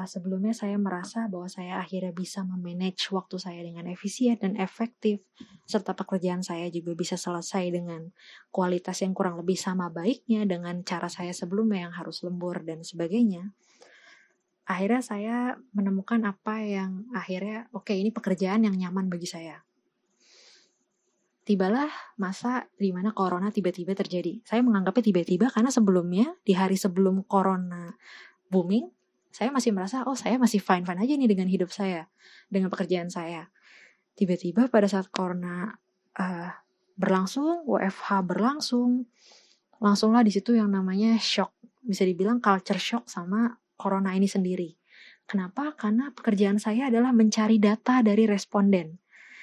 sebelumnya saya merasa bahwa saya akhirnya bisa memanage waktu saya dengan efisien dan efektif, serta pekerjaan saya juga bisa selesai dengan kualitas yang kurang lebih sama baiknya dengan cara saya sebelumnya yang harus lembur dan sebagainya. Akhirnya saya menemukan apa yang akhirnya, oke, ini pekerjaan yang nyaman bagi saya. Tibalah masa di mana corona tiba-tiba terjadi. Saya menganggapnya tiba-tiba karena sebelumnya, di hari sebelum corona booming, saya masih merasa, saya masih fine-fine aja nih dengan hidup saya, dengan pekerjaan saya. Tiba-tiba pada saat corona berlangsung, WFH berlangsung, langsunglah di situ yang namanya shock. Bisa dibilang culture shock sama corona ini sendiri. Kenapa? Karena pekerjaan saya adalah mencari data dari responden.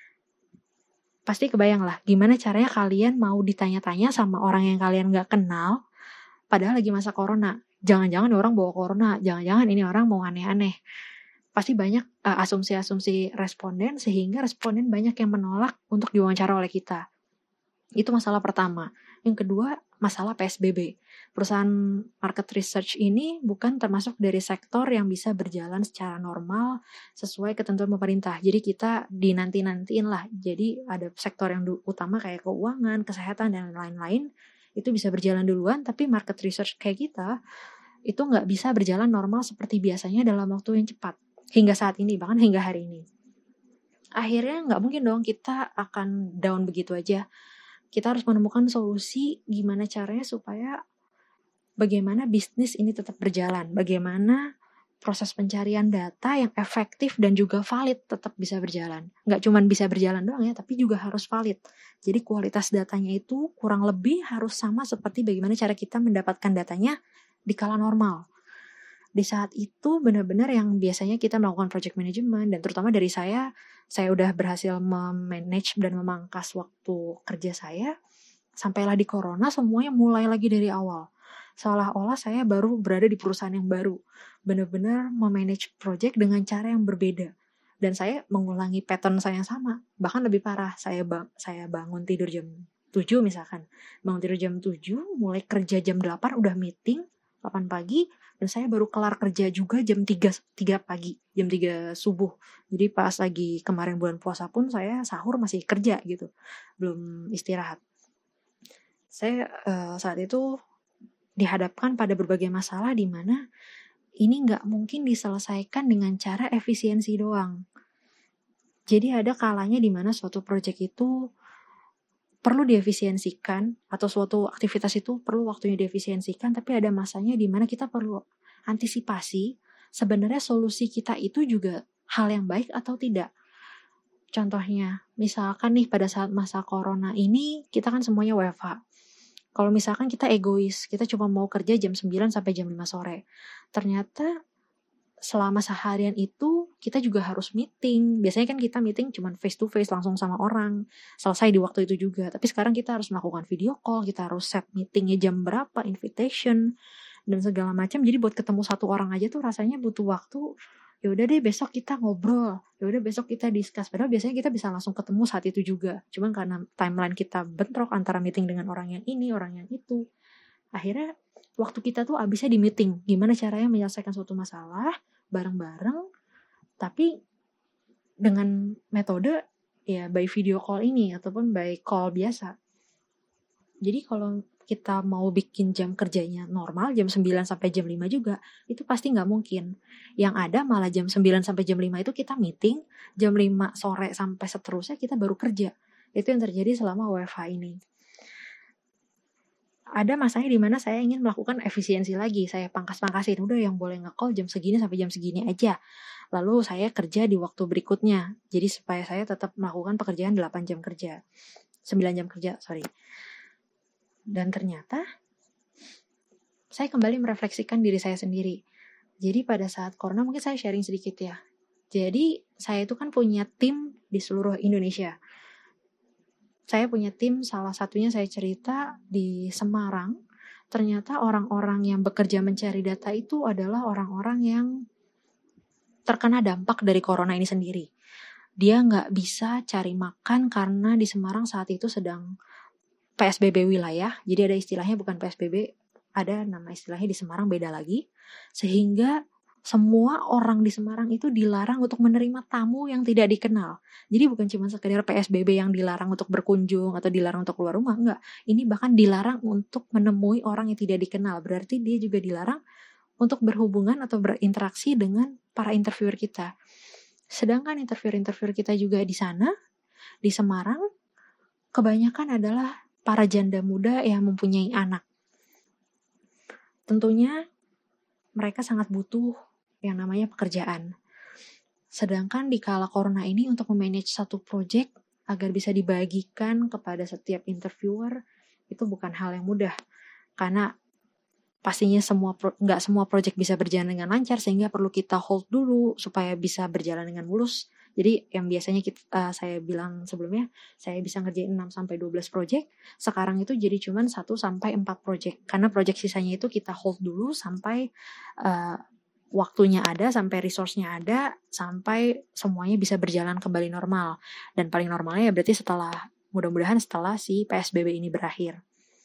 Pasti kebayang lah, gimana caranya kalian mau ditanya-tanya sama orang yang kalian gak kenal, padahal lagi masa corona. Jangan-jangan orang bawa corona, jangan-jangan ini orang mau aneh-aneh. Pasti banyak asumsi-asumsi responden, sehingga responden banyak yang menolak untuk diwawancara oleh kita. Itu masalah pertama. Yang kedua, masalah PSBB. Perusahaan market research ini bukan termasuk dari sektor yang bisa berjalan secara normal sesuai ketentuan pemerintah. Jadi kita dinanti-nantiin lah. Jadi ada sektor yang utama kayak keuangan, kesehatan, dan lain-lain. Itu bisa berjalan duluan, tapi market research kayak kita itu nggak bisa berjalan normal seperti biasanya dalam waktu yang cepat. Hingga saat ini, bahkan hingga hari ini. Akhirnya nggak mungkin dong kita akan down begitu aja. Kita harus menemukan solusi gimana caranya supaya bagaimana bisnis ini tetap berjalan, bagaimana proses pencarian data yang efektif dan juga valid tetap bisa berjalan. Nggak cuma bisa berjalan doang ya, tapi juga harus valid. Jadi kualitas datanya itu kurang lebih harus sama seperti bagaimana cara kita mendapatkan datanya di kala normal. Di saat itu benar-benar yang biasanya kita melakukan project management, dan terutama dari saya udah berhasil memanage dan memangkas waktu kerja saya. Sampailah di corona semuanya mulai lagi dari awal. Seolah-olah saya baru berada di perusahaan yang baru. Benar-benar memanage project dengan cara yang berbeda. Dan saya mengulangi pattern saya yang sama. Bahkan lebih parah, saya bangun tidur jam 7 misalkan. Bangun tidur jam 7, mulai kerja jam 8, udah meeting, 8 pagi, dan saya baru kelar kerja juga jam 3 pagi, jam 3 subuh. Jadi pas lagi kemarin bulan puasa pun saya sahur masih kerja gitu. Belum istirahat. Saya saat itu dihadapkan pada berbagai masalah di mana ini nggak mungkin diselesaikan dengan cara efisiensi doang. Jadi ada kalanya di mana suatu proyek itu perlu diefisiensikan, atau suatu aktivitas itu perlu waktunya diefisiensikan, tapi ada masanya di mana kita perlu antisipasi sebenarnya solusi kita itu juga hal yang baik atau tidak. Contohnya, misalkan nih pada saat masa corona ini kita kan semuanya WFH. Kalau misalkan kita egois, kita cuma mau kerja jam 9 sampai jam 5 sore. Ternyata selama seharian itu kita juga harus meeting. Biasanya kan kita meeting cuma face to face langsung sama orang. Selesai di waktu itu juga. Tapi sekarang kita harus melakukan video call, kita harus set meetingnya jam berapa, invitation, dan segala macam. Jadi buat ketemu satu orang aja tuh rasanya butuh waktu. Ya udah deh besok kita ngobrol, ya udah besok kita discuss. Padahal biasanya kita bisa langsung ketemu saat itu juga. Cuman karena timeline kita bentrok antara meeting dengan orang yang ini, orang yang itu, akhirnya waktu kita tuh abisnya di meeting. Gimana caranya menyelesaikan suatu masalah bareng-bareng, tapi dengan metode ya by video call ini ataupun by call biasa. Jadi kalau kita mau bikin jam kerjanya normal, jam 9 sampai jam 5 juga, itu pasti nggak mungkin. Yang ada malah jam 9 sampai jam 5 itu kita meeting, jam 5 sore sampai seterusnya kita baru kerja. Itu yang terjadi selama WFH ini. Ada masanya di mana saya ingin melakukan efisiensi lagi. Saya pangkas-pangkasin, udah yang boleh nge-call jam segini sampai jam segini aja. Lalu saya kerja di waktu berikutnya. Jadi supaya saya tetap melakukan pekerjaan 8 jam kerja. 9 jam kerja, sorry. Dan ternyata saya kembali merefleksikan diri saya sendiri. Jadi pada saat corona, mungkin saya sharing sedikit ya. Jadi saya itu kan punya tim di seluruh Indonesia. Saya punya tim, salah satunya saya cerita di Semarang. Ternyata orang-orang yang bekerja mencari data itu adalah orang-orang yang terkena dampak dari corona ini sendiri. Dia nggak bisa cari makan karena di Semarang saat itu sedang PSBB wilayah. Jadi ada istilahnya bukan PSBB, ada nama istilahnya di Semarang beda lagi. Sehingga semua orang di Semarang itu dilarang untuk menerima tamu yang tidak dikenal. Jadi bukan cuma sekedar PSBB yang dilarang untuk berkunjung atau dilarang untuk keluar rumah, enggak. Ini bahkan dilarang untuk menemui orang yang tidak dikenal. Berarti dia juga dilarang untuk berhubungan atau berinteraksi dengan para interviewer kita. Sedangkan interviewer kita juga di sana, di Semarang, kebanyakan adalah para janda muda yang mempunyai anak. Tentunya mereka sangat butuh yang namanya pekerjaan. Sedangkan di kala corona ini untuk memanage satu project agar bisa dibagikan kepada setiap interviewer itu bukan hal yang mudah. Karena pastinya nggak semua project bisa berjalan dengan lancar, sehingga perlu kita hold dulu supaya bisa berjalan dengan mulus. Jadi yang biasanya saya bilang sebelumnya, saya bisa ngerjain 6-12 project, sekarang itu jadi cuman 1-4 project. Karena project sisanya itu kita hold dulu sampai waktunya ada, sampai resource-nya ada, sampai semuanya bisa berjalan kembali normal. Dan paling normalnya ya berarti mudah-mudahan setelah si PSBB ini berakhir.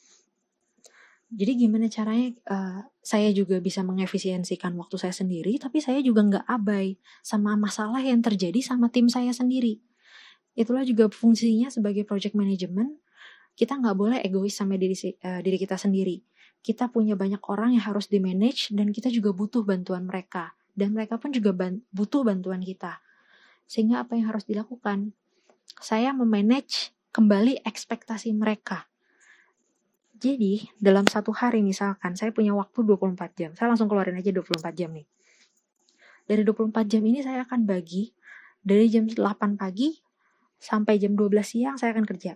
Jadi gimana caranya saya juga bisa mengefisiensikan waktu saya sendiri, tapi saya juga nggak abai sama masalah yang terjadi sama tim saya sendiri. Itulah juga fungsinya sebagai project management. Kita nggak boleh egois sama diri kita sendiri. Kita punya banyak orang yang harus di-manage dan kita juga butuh bantuan mereka. Dan mereka pun juga butuh bantuan kita. Sehingga apa yang harus dilakukan? Saya memanage kembali ekspektasi mereka. Jadi, dalam satu hari misalkan, saya punya waktu 24 jam. Saya langsung keluarin aja 24 jam nih. Dari 24 jam ini saya akan bagi, dari jam 8 pagi sampai jam 12 siang saya akan kerja.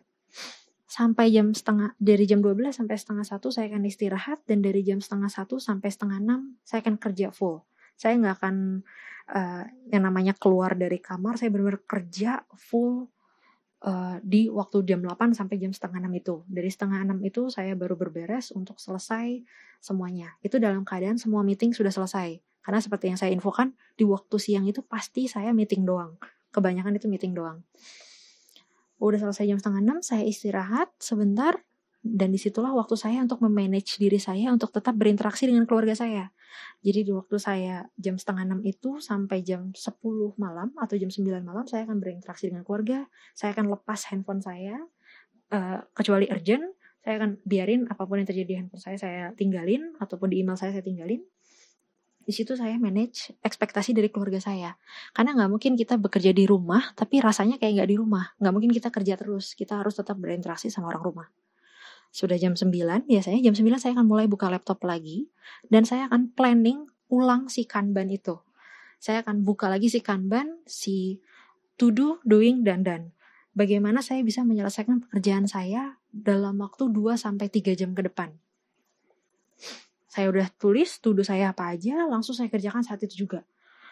Dari jam 12 sampai setengah 1 saya akan istirahat, dan dari jam setengah 1 sampai setengah 6 saya akan kerja full. Saya nggak akan yang namanya keluar dari kamar, saya benar-benar kerja full di waktu jam 8 sampai jam setengah 6 itu. Dari setengah 6 itu saya baru berberes untuk selesai semuanya. Itu dalam keadaan semua meeting sudah selesai. Karena seperti yang saya infokan, di waktu siang itu pasti saya meeting doang. Kebanyakan itu meeting doang. Udah selesai jam setengah 6, saya istirahat sebentar, dan disitulah waktu saya untuk memanage diri saya untuk tetap berinteraksi dengan keluarga saya. Jadi di waktu saya jam setengah 6 itu sampai jam 10 malam atau jam 9 malam saya akan berinteraksi dengan keluarga. Saya akan lepas handphone saya, kecuali urgent, saya akan biarin apapun yang terjadi di handphone saya tinggalin, ataupun di email saya tinggalin. Di situ saya manage ekspektasi dari keluarga saya. Karena nggak mungkin kita bekerja di rumah, tapi rasanya kayak nggak di rumah. Nggak mungkin kita kerja terus, kita harus tetap berinteraksi sama orang rumah. Sudah jam 9, biasanya jam 9 saya akan mulai buka laptop lagi, dan saya akan planning ulang si Kanban itu. Saya akan buka lagi si Kanban, si to do, doing, dan done. Bagaimana saya bisa menyelesaikan pekerjaan saya dalam waktu 2-3 jam ke depan. Saya udah tulis to do saya apa aja, langsung saya kerjakan saat itu juga.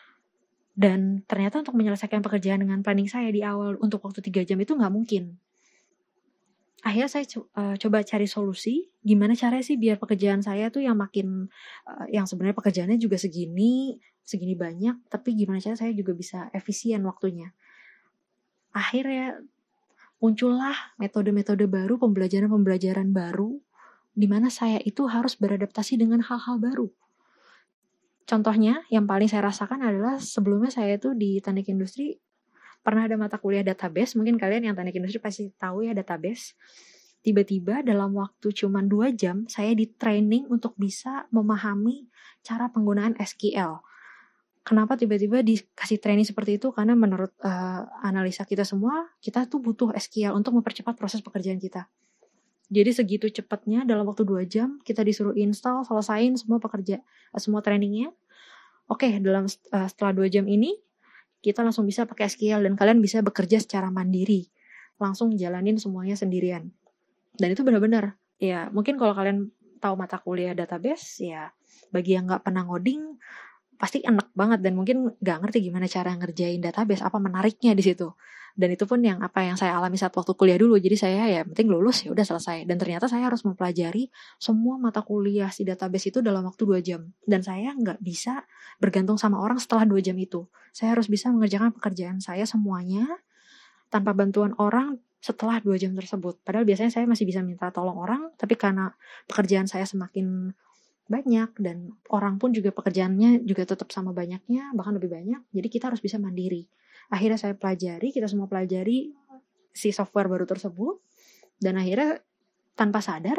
Dan ternyata untuk menyelesaikan pekerjaan dengan planning saya di awal untuk waktu 3 jam itu nggak mungkin. Akhirnya saya coba cari solusi, gimana caranya sih biar pekerjaan saya tuh yang makin, yang sebenarnya pekerjaannya juga segini banyak, tapi gimana caranya saya juga bisa efisien waktunya. Akhirnya muncullah metode-metode baru, pembelajaran baru, di mana saya itu harus beradaptasi dengan hal-hal baru. Contohnya, yang paling saya rasakan adalah sebelumnya saya itu di teknik industri, pernah ada mata kuliah database, mungkin kalian yang teknik industri pasti tahu ya database. Tiba-tiba dalam waktu cuma 2 jam, saya di training untuk bisa memahami cara penggunaan SQL. Kenapa tiba-tiba dikasih training seperti itu? Karena menurut analisa kita semua, kita tuh butuh SQL untuk mempercepat proses pekerjaan kita. Jadi segitu cepatnya dalam waktu 2 jam, kita disuruh install, selesain semua trainingnya. Oke, setelah 2 jam ini, kita langsung bisa pakai SQL dan kalian bisa bekerja secara mandiri. Langsung jalanin semuanya sendirian. Dan itu benar-benar, ya mungkin kalau kalian tahu mata kuliah database, ya bagi yang nggak pernah ngoding, pasti enak banget dan mungkin nggak ngerti gimana cara ngerjain database, apa menariknya di situ. Dan itu pun yang saya alami saat waktu kuliah dulu. Jadi saya ya penting lulus ya udah selesai. Dan ternyata saya harus mempelajari semua mata kuliah si database itu dalam waktu 2 jam. Dan saya nggak bisa bergantung sama orang setelah 2 jam itu. Saya harus bisa mengerjakan pekerjaan saya semuanya tanpa bantuan orang setelah 2 jam tersebut. Padahal biasanya saya masih bisa minta tolong orang, tapi karena pekerjaan saya semakin banyak, dan orang pun juga pekerjaannya juga tetap sama banyaknya, bahkan lebih banyak. Jadi kita harus bisa mandiri. Akhirnya saya pelajari, kita semua pelajari si software baru tersebut, dan akhirnya tanpa sadar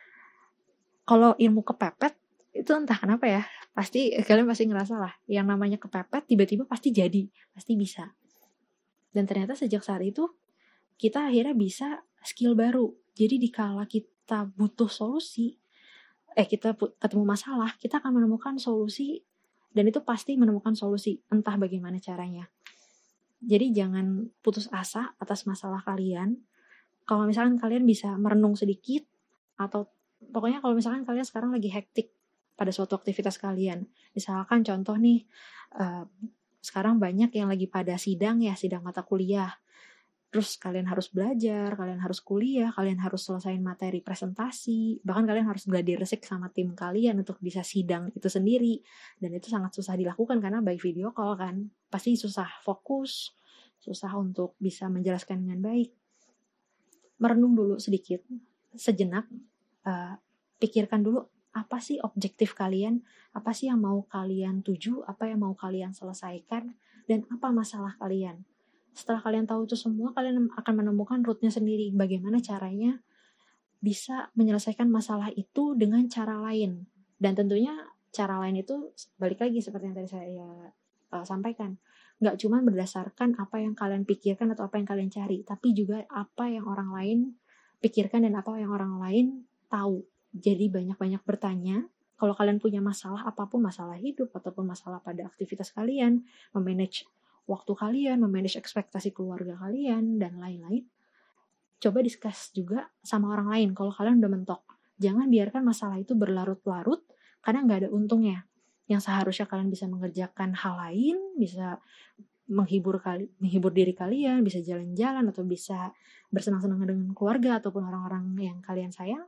kalau ilmu kepepet itu entah kenapa ya, pasti kalian pasti ngerasa lah, yang namanya kepepet tiba-tiba pasti jadi, pasti bisa. Dan ternyata sejak saat itu kita akhirnya bisa skill baru. Jadi dikala kita butuh solusi, kita ketemu masalah, kita akan menemukan solusi, dan itu pasti menemukan solusi, entah bagaimana caranya. Jadi jangan putus asa atas masalah kalian. Kalau misalkan kalian bisa merenung sedikit, atau pokoknya kalau misalkan kalian sekarang lagi hektik pada suatu aktivitas kalian, misalkan contoh nih, sekarang banyak yang lagi pada sidang mata kuliah. Terus kalian harus belajar, kalian harus kuliah, kalian harus selesaiin materi presentasi, bahkan kalian harus gladi resik sama tim kalian untuk bisa sidang itu sendiri. Dan itu sangat susah dilakukan karena by video call kan. Pasti susah fokus, susah untuk bisa menjelaskan dengan baik. Merenung dulu sedikit, sejenak, pikirkan dulu apa sih objektif kalian, apa sih yang mau kalian tuju, apa yang mau kalian selesaikan, dan apa masalah kalian. Setelah kalian tahu itu semua, kalian akan menemukan rootnya sendiri. Bagaimana caranya bisa menyelesaikan masalah itu dengan cara lain. Dan tentunya cara lain itu balik lagi seperti yang tadi saya sampaikan. Nggak cuma berdasarkan apa yang kalian pikirkan atau apa yang kalian cari, tapi juga apa yang orang lain pikirkan dan apa yang orang lain tahu. Jadi banyak-banyak bertanya. Kalau kalian punya masalah, apapun masalah hidup ataupun masalah pada aktivitas kalian, memanage waktu kalian, memanage ekspektasi keluarga kalian, dan lain-lain, coba discuss juga sama orang lain kalau kalian udah mentok. Jangan biarkan masalah itu berlarut-larut, karena nggak ada untungnya. Yang seharusnya kalian bisa mengerjakan hal lain, bisa menghibur diri kalian, bisa jalan-jalan, atau bisa bersenang-senang dengan keluarga ataupun orang-orang yang kalian sayang,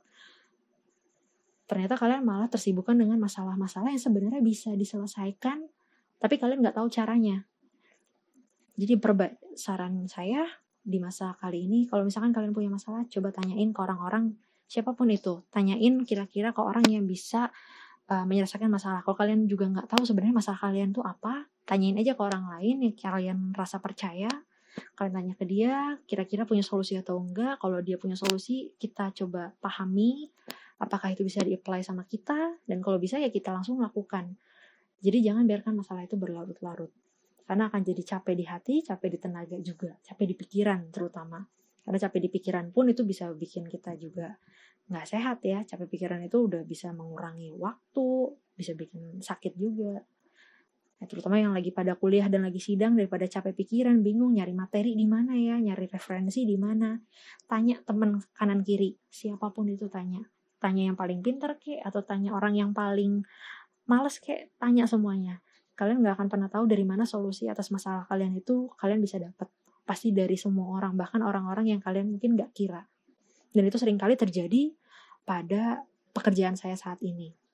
ternyata kalian malah tersibukkan dengan masalah-masalah yang sebenarnya bisa diselesaikan, tapi kalian nggak tahu caranya. Jadi saran saya di masa kali ini, kalau misalkan kalian punya masalah, coba tanyain ke orang-orang, siapapun itu. Tanyain kira-kira ke orang yang bisa menyelesaikan masalah. Kalau kalian juga nggak tahu sebenarnya masalah kalian tuh apa, tanyain aja ke orang lain yang kalian rasa percaya. Kalian tanya ke dia, kira-kira punya solusi atau enggak. Kalau dia punya solusi, kita coba pahami apakah itu bisa di-apply sama kita, dan kalau bisa ya kita langsung lakukan. Jadi jangan biarkan masalah itu berlarut-larut. Karena akan jadi capek di hati, capek di tenaga juga, capek di pikiran terutama. Karena capek di pikiran pun itu bisa bikin kita juga nggak sehat ya. Capek pikiran itu udah bisa mengurangi waktu, bisa bikin sakit juga. Nah, terutama yang lagi pada kuliah dan lagi sidang, daripada capek pikiran, bingung nyari materi di mana ya, nyari referensi di mana. Tanya teman kanan kiri, siapapun itu tanya. Tanya yang paling pintar kek, atau tanya orang yang paling males kek, tanya semuanya. Kalian gak akan pernah tahu dari mana solusi atas masalah kalian itu kalian bisa dapat. Pasti dari semua orang, bahkan orang-orang yang kalian mungkin gak kira. Dan itu seringkali terjadi pada pekerjaan saya saat ini.